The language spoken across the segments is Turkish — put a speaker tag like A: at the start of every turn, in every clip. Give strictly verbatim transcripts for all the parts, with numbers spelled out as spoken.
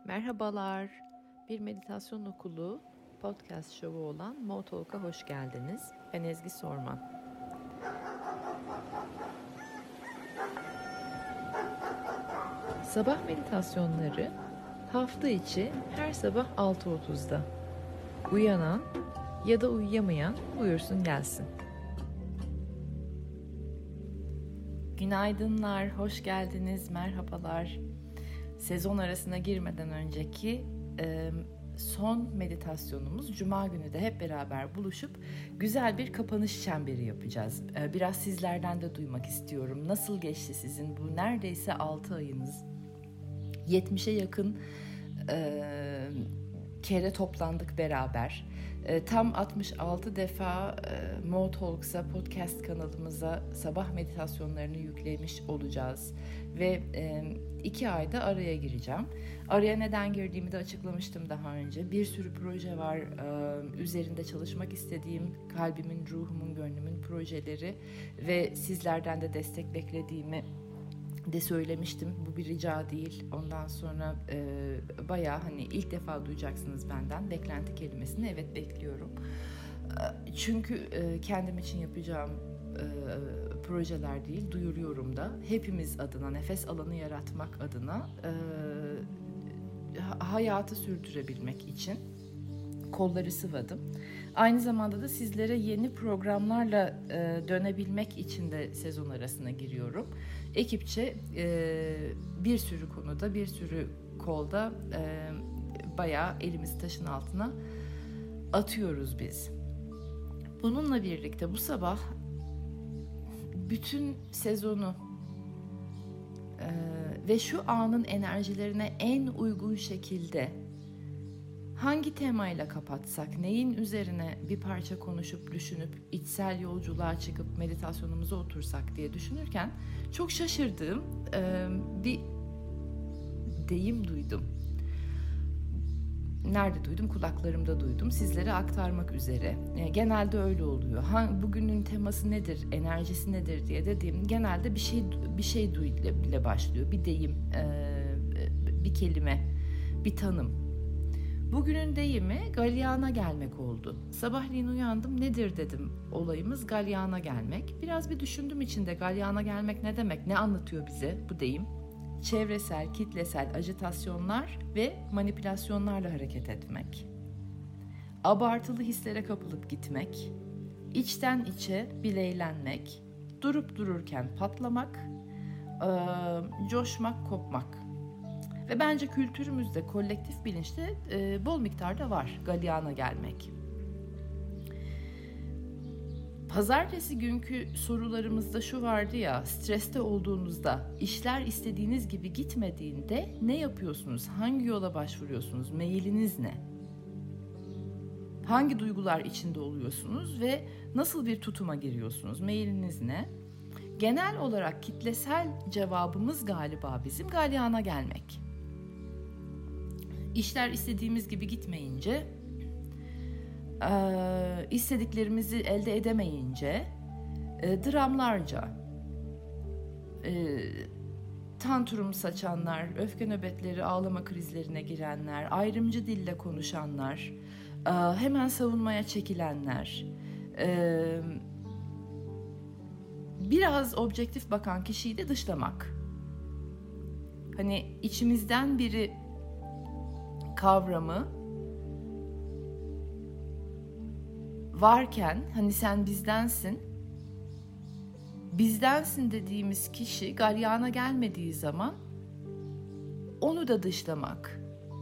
A: Merhabalar, bir meditasyon okulu podcast şovu olan Motalk'a hoş geldiniz. Ben Ezgi Sorman. Sabah meditasyonları hafta içi her sabah altı otuzda. Uyanan ya da uyuyamayan buyursun gelsin. Günaydınlar, hoş geldiniz, merhabalar. Sezon arasına girmeden önceki e, son meditasyonumuz Cuma günü de hep beraber buluşup güzel bir kapanış çemberi yapacağız. E, biraz sizlerden de duymak istiyorum. Nasıl geçti sizin bu neredeyse altı ayınız? yetmişe yakın e, kere toplandık beraber. E, tam altmış altı defa e, Motalks'a, podcast kanalımıza sabah meditasyonlarını yüklemiş olacağız. Ve e, iki ayda araya gireceğim. Araya neden girdiğimi de açıklamıştım daha önce. Bir sürü proje var. E, üzerinde çalışmak istediğim, kalbimin, ruhumun, gönlümün projeleri ve sizlerden de destek beklediğimi de söylemiştim. Bu bir rica değil. Ondan sonra e, bayağı hani ilk defa duyacaksınız benden beklenti kelimesini. Evet, bekliyorum. E, çünkü e, kendim için yapacağım e, projeler değil, duyuruyorum da. Hepimiz adına, nefes alanı yaratmak adına, e, hayatı sürdürebilmek için kolları sıvadım. Aynı zamanda da sizlere yeni programlarla e, dönebilmek için de sezon arasına giriyorum. Ekipçe e, bir sürü konuda, bir sürü kolda e, bayağı elimizi taşın altına atıyoruz biz. Bununla birlikte bu sabah bütün sezonu e, ve şu anın enerjilerine en uygun şekilde hangi temayla kapatsak, neyin üzerine bir parça konuşup, düşünüp, içsel yolculuğa çıkıp meditasyonumuza otursak diye düşünürken çok şaşırdığım e, bir deyim duydum. Nerede duydum? Kulaklarımda duydum. Sizlere aktarmak üzere. E, genelde öyle oluyor. Ha, bugünün teması nedir, enerjisi nedir diye dediğim genelde bir şey bir şey ile başlıyor. Bir deyim, e, bir kelime, bir tanım. Bugünün deyimi galyana gelmek oldu. Sabahleyin uyandım, nedir dedim olayımız galyana gelmek. Biraz bir düşündüm içinde galyana gelmek ne demek, ne anlatıyor bize bu deyim? Çevresel, kitlesel ajitasyonlar ve manipülasyonlarla hareket etmek. Abartılı hislere kapılıp gitmek, içten içe bileylenmek, durup dururken patlamak, coşmak, kopmak. Ve bence kültürümüzde, kolektif bilinçte e, bol miktarda var galyana gelmek. Pazartesi günkü sorularımızda şu vardı ya, streste olduğunuzda, işler istediğiniz gibi gitmediğinde ne yapıyorsunuz? Hangi yola başvuruyorsunuz? Meyiliniz ne? Hangi duygular içinde oluyorsunuz ve nasıl bir tutuma giriyorsunuz? Meyiliniz ne? Genel olarak kitlesel cevabımız galiba bizim galyana gelmek. İşler istediğimiz gibi gitmeyince, istediklerimizi elde edemeyince, dramlarca, tantrum saçanlar, öfke nöbetleri, ağlama krizlerine girenler, ayrımcı dille konuşanlar, hemen savunmaya çekilenler, biraz objektif bakan kişiyi de dışlamak. Hani içimizden biri kavramı varken, hani sen bizdensin, bizdensin dediğimiz kişi galyana gelmediği zaman onu da dışlamak.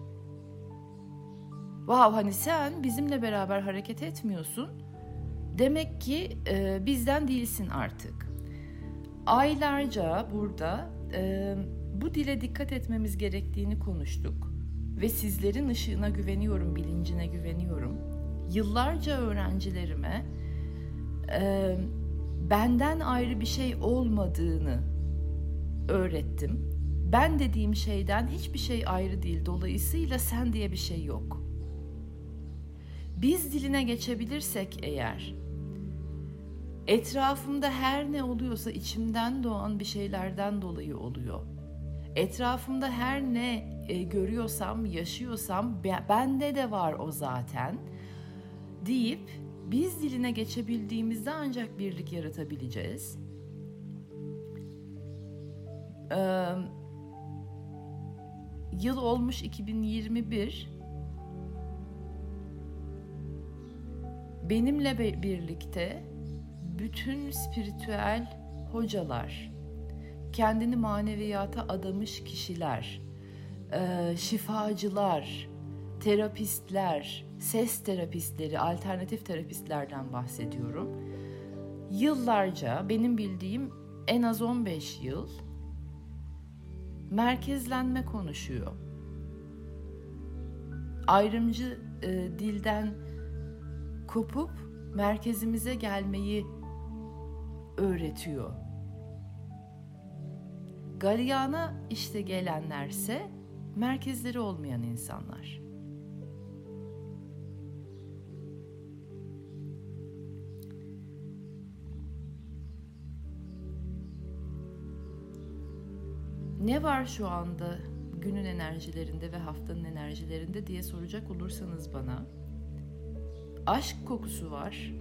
A: Wow, hani sen bizimle beraber hareket etmiyorsun, demek ki e, bizden değilsin artık. Aylarca burada e, bu dile dikkat etmemiz gerektiğini konuştuk. Ve sizlerin ışığına güveniyorum, bilincine güveniyorum. Yıllarca öğrencilerime e, benden ayrı bir şey olmadığını öğrettim. Ben dediğim şeyden hiçbir şey ayrı değil. Dolayısıyla sen diye bir şey yok. Biz diline geçebilirsek eğer, etrafımda her ne oluyorsa içimden doğan bir şeylerden dolayı oluyor. Etrafımda her ne e, görüyorsam, yaşıyorsam be- bende de var o zaten deyip biz diline geçebildiğimizde ancak birlik yaratabileceğiz. Ee, yıl olmuş iki bin yirmi bir. Benimle be- birlikte bütün spiritüel hocalar, kendini maneviyata adamış kişiler, e, şifacılar, terapistler, ses terapistleri, alternatif terapistlerden bahsediyorum. Yıllarca, benim bildiğim en az on beş yıl merkezlenme konuşuyor. Ayrımcı e, dilden kopup merkezimize gelmeyi öğretiyor. Galyana işte gelenlerse merkezleri olmayan insanlar. Ne var şu anda günün enerjilerinde ve haftanın enerjilerinde diye soracak olursanız bana, aşk kokusu var.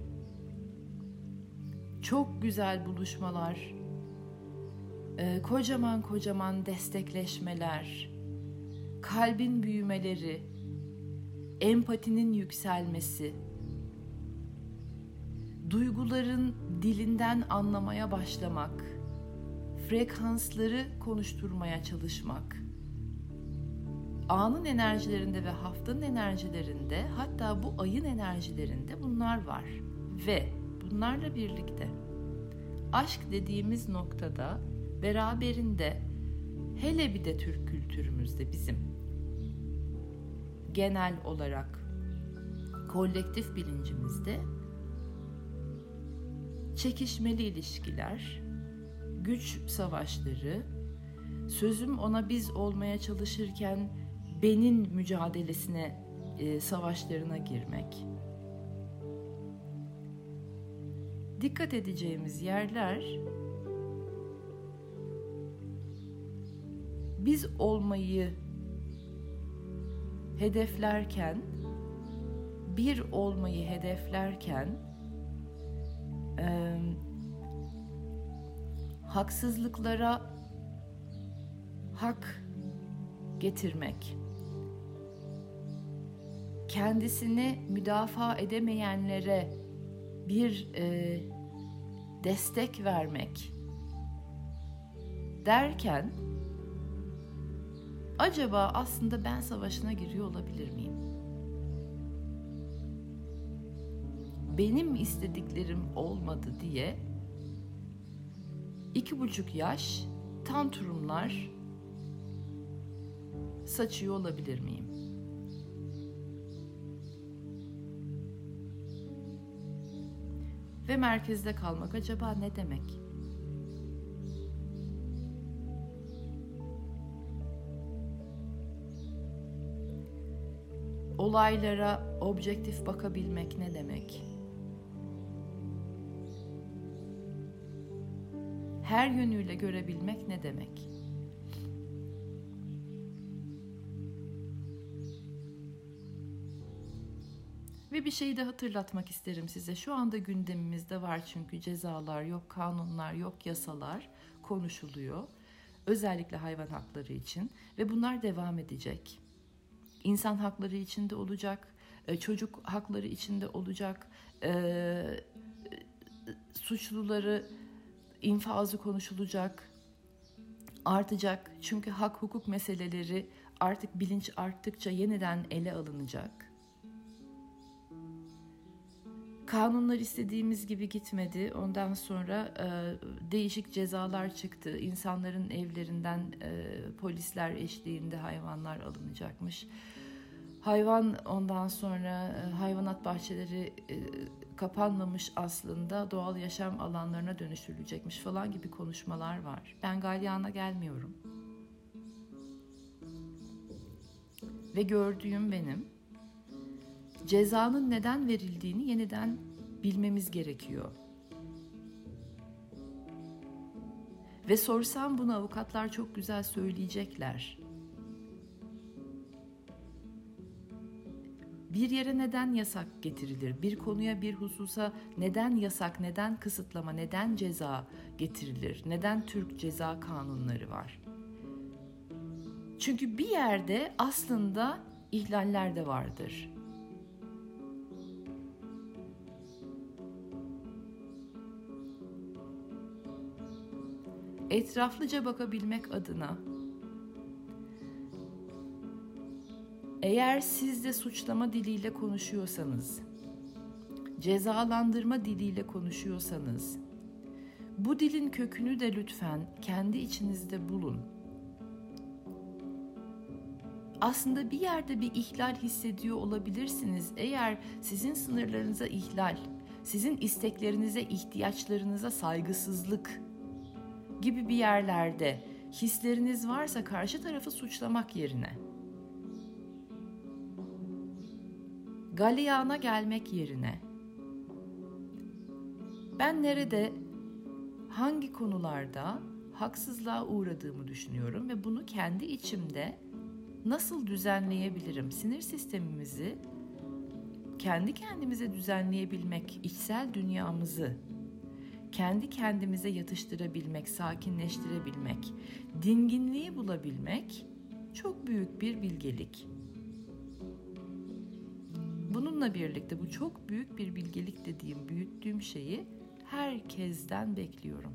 A: Çok güzel buluşmalar, e, kocaman kocaman destekleşmeler, kalbin büyümeleri, empatinin yükselmesi, duyguların dilinden anlamaya başlamak, frekansları konuşturmaya çalışmak, anın enerjilerinde ve haftanın enerjilerinde, hatta bu ayın enerjilerinde bunlar var. Ve bunlarla birlikte aşk dediğimiz noktada beraberinde, hele bir de Türk kültürümüzde bizim genel olarak kolektif bilincimizde çekişmeli ilişkiler, güç savaşları, sözüm ona biz olmaya çalışırken benin mücadelesine, e, savaşlarına girmek. Dikkat edeceğimiz yerler, biz olmayı hedeflerken, bir olmayı hedeflerken e, haksızlıklara hak getirmek, kendisini müdafaa edemeyenlere bir e, destek vermek derken, acaba aslında ben savaşına giriyor olabilir miyim? Benim istediklerim olmadı diye iki buçuk yaş tantrumlar saçıyor olabilir miyim? Ve merkezde kalmak acaba ne demek? Olaylara objektif bakabilmek ne demek? Her yönüyle görebilmek ne demek? Ve bir şeyi de hatırlatmak isterim size. Şu anda gündemimizde var çünkü cezalar yok, kanunlar yok, yasalar konuşuluyor. Özellikle hayvan hakları için ve bunlar devam edecek. İnsan hakları içinde olacak, çocuk hakları içinde olacak, e, suçluları infazı konuşulacak, artacak. Çünkü hak hukuk meseleleri artık bilinç arttıkça yeniden ele alınacak. Kanunlar istediğimiz gibi gitmedi. Ondan sonra e, değişik cezalar çıktı. İnsanların evlerinden e, polisler eşliğinde hayvanlar alınacakmış. Hayvan ondan sonra e, hayvanat bahçeleri e, kapanmamış, aslında doğal yaşam alanlarına dönüştürülecekmiş falan gibi konuşmalar var. Ben galyana gelmiyorum. Ve gördüğüm benim, cezanın neden verildiğini yeniden bilmemiz gerekiyor. Ve sorsam bunu avukatlar çok güzel söyleyecekler. Bir yere neden yasak getirilir? Bir konuya, bir hususa neden yasak, neden kısıtlama, neden ceza getirilir? Neden Türk ceza kanunları var? Çünkü bir yerde aslında ihlaller de vardır. Etraflıca bakabilmek adına, eğer siz de suçlama diliyle konuşuyorsanız, cezalandırma diliyle konuşuyorsanız, bu dilin kökünü de lütfen kendi içinizde bulun. Aslında bir yerde bir ihlal hissediyor olabilirsiniz. Eğer sizin sınırlarınıza ihlal, sizin isteklerinize, ihtiyaçlarınıza saygısızlık gibi bir yerlerde hisleriniz varsa karşı tarafı suçlamak yerine, galeyana gelmek yerine, ben nerede, hangi konularda haksızlığa uğradığımı düşünüyorum ve bunu kendi içimde nasıl düzenleyebilirim? Sinir sistemimizi kendi kendimize düzenleyebilmek, içsel dünyamızı kendi kendimize yatıştırabilmek, sakinleştirebilmek, dinginliği bulabilmek çok büyük bir bilgelik. Bununla birlikte bu çok büyük bir bilgelik dediğim, büyüttüğüm şeyi herkesten bekliyorum.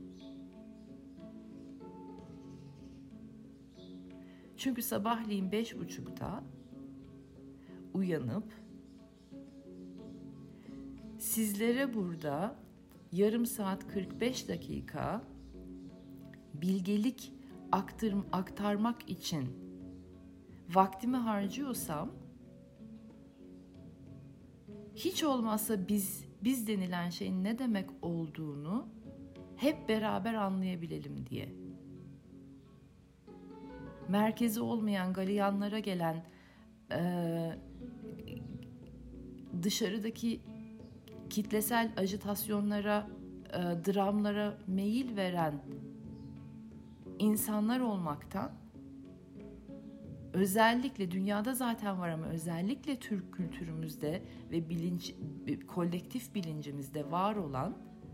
A: Çünkü sabahleyin beş buçukta uyanıp sizlere burada yarım saat kırk beş dakika bilgelik aktarım, aktarmak için vaktimi harcıyorsam, hiç olmazsa biz, biz denilen şeyin ne demek olduğunu hep beraber anlayabilelim diye. Merkezi olmayan, galeyanlara gelen, e, dışarıdaki kitlesel ajitasyonlara, e, dramlara meyil veren insanlar olmaktan, özellikle dünyada zaten var ama özellikle Türk kültürümüzde ve bilinç, kolektif bilincimizde var olan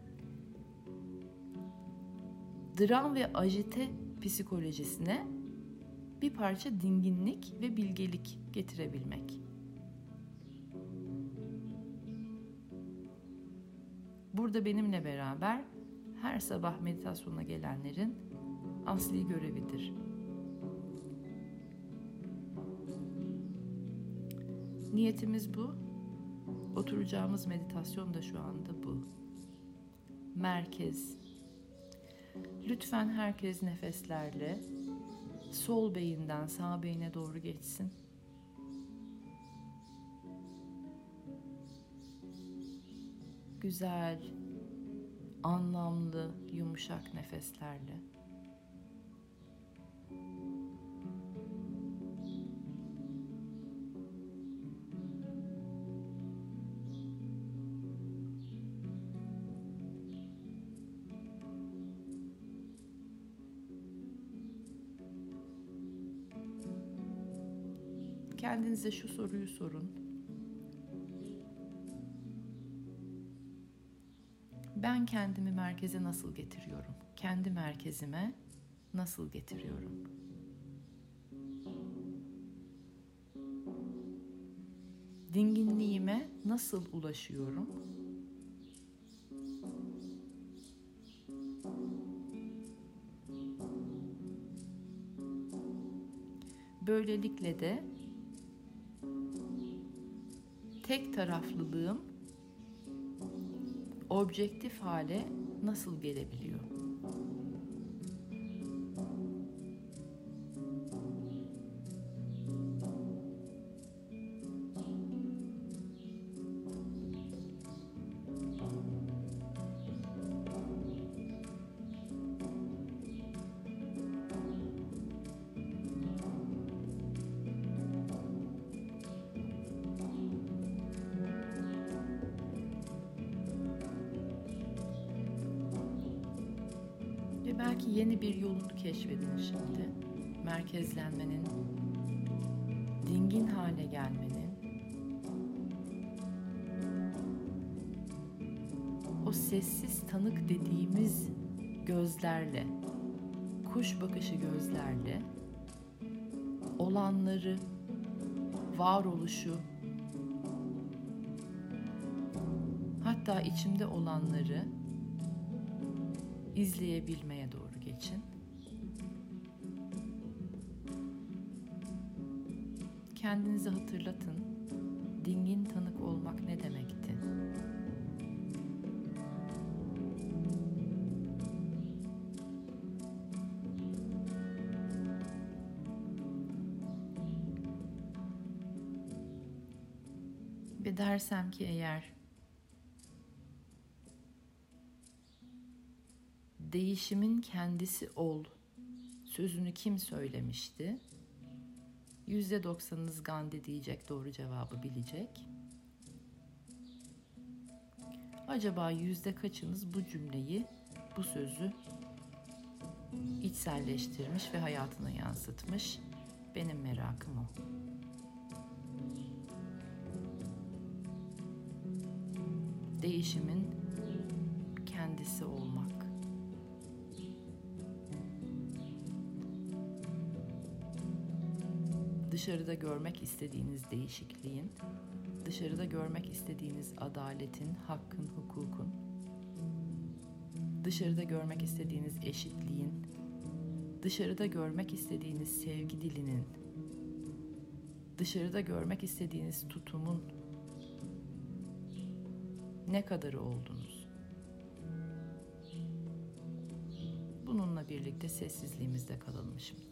A: dram ve ajite psikolojisine bir parça dinginlik ve bilgelik getirebilmek. Burada benimle beraber her sabah meditasyona gelenlerin asli görevidir. Niyetimiz bu. Oturacağımız meditasyon da şu anda bu. Merkez. Lütfen herkes nefeslerle sol beyinden sağ beyine doğru geçsin. Güzel, anlamlı, yumuşak nefeslerle. Kendinize şu soruyu sorun. Ben kendimi merkeze nasıl getiriyorum? Kendi merkezime nasıl getiriyorum? Dinginliğime nasıl ulaşıyorum? Böylelikle de tek taraflılığım objektif hale nasıl gelebiliyor? Belki yeni bir yolunu keşfedin şimdi. Merkezlenmenin, dingin hale gelmenin, o sessiz tanık dediğimiz gözlerle, kuş bakışı gözlerle olanları, varoluşu, hatta içimde olanları izleyebilmeye doğru geçin. Kendinize hatırlatın, dingin tanık olmak ne demekti? Ve dersem ki eğer değişimin kendisi ol sözünü kim söylemişti? Yüzde doksanınız Gandhi diyecek, doğru cevabı bilecek. Acaba yüzde kaçınız bu cümleyi, bu sözü içselleştirmiş ve hayatına yansıtmış? Benim merakım o. Değişimin kendisi olmak. Dışarıda görmek istediğiniz değişikliğin, dışarıda görmek istediğiniz adaletin, hakkın, hukukun, dışarıda görmek istediğiniz eşitliğin, dışarıda görmek istediğiniz sevgi dilinin, dışarıda görmek istediğiniz tutumun ne kadarı oldunuz? Bununla birlikte sessizliğimizde kalalım şimdi.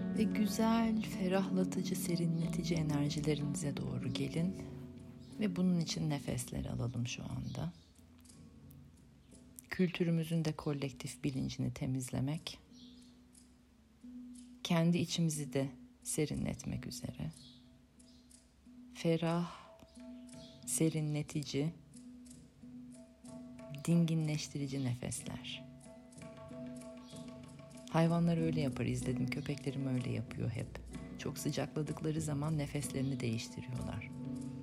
A: Ve güzel, ferahlatıcı, serinletici enerjilerinize doğru gelin. Ve bunun için nefesler alalım şu anda. Kültürümüzün de kolektif bilincini temizlemek, kendi içimizi de serinletmek üzere. Ferah, serinletici, dinginleştirici nefesler. Hayvanlar öyle yapar, izledim. Köpeklerim öyle yapıyor hep. Çok sıcakladıkları zaman nefeslerini değiştiriyorlar.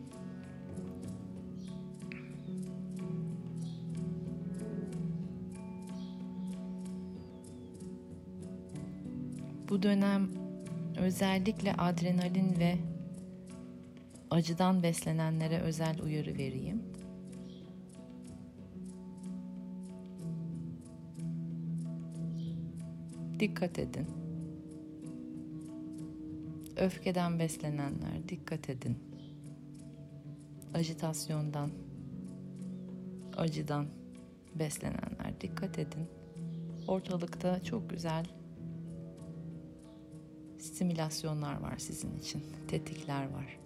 A: Bu dönem özellikle adrenalin ve acıdan beslenenlere özel uyarı vereyim. Dikkat edin. Öfkeden beslenenler dikkat edin. Ajitasyondan, acıdan beslenenler dikkat edin. Ortalıkta çok güzel stimülasyonlar var sizin için, tetikler var.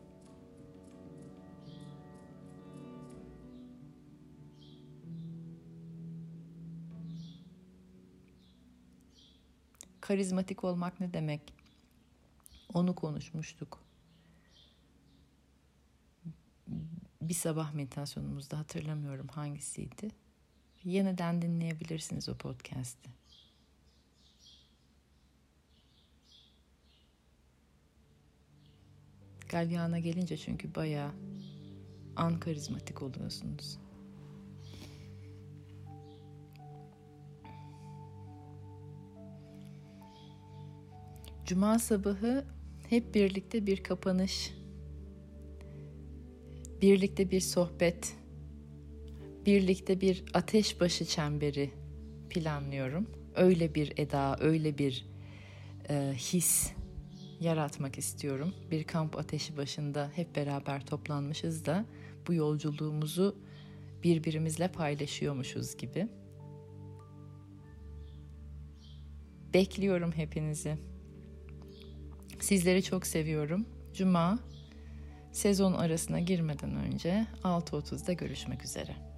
A: Karizmatik olmak ne demek? Onu konuşmuştuk. Bir sabah meditasyonumuzda, hatırlamıyorum hangisiydi. Yeniden dinleyebilirsiniz o podcast'i. Galyana gelince çünkü bayağı ankarizmatik oluyorsunuz. Cuma sabahı hep birlikte bir kapanış, birlikte bir sohbet, birlikte bir ateşbaşı çemberi planlıyorum. Öyle bir eda, öyle bir e, his yaratmak istiyorum. Bir kamp ateşi başında hep beraber toplanmışız da bu yolculuğumuzu birbirimizle paylaşıyormuşuz gibi. Bekliyorum hepinizi. Sizleri çok seviyorum. Cuma sezon arasına girmeden önce altı otuzda görüşmek üzere.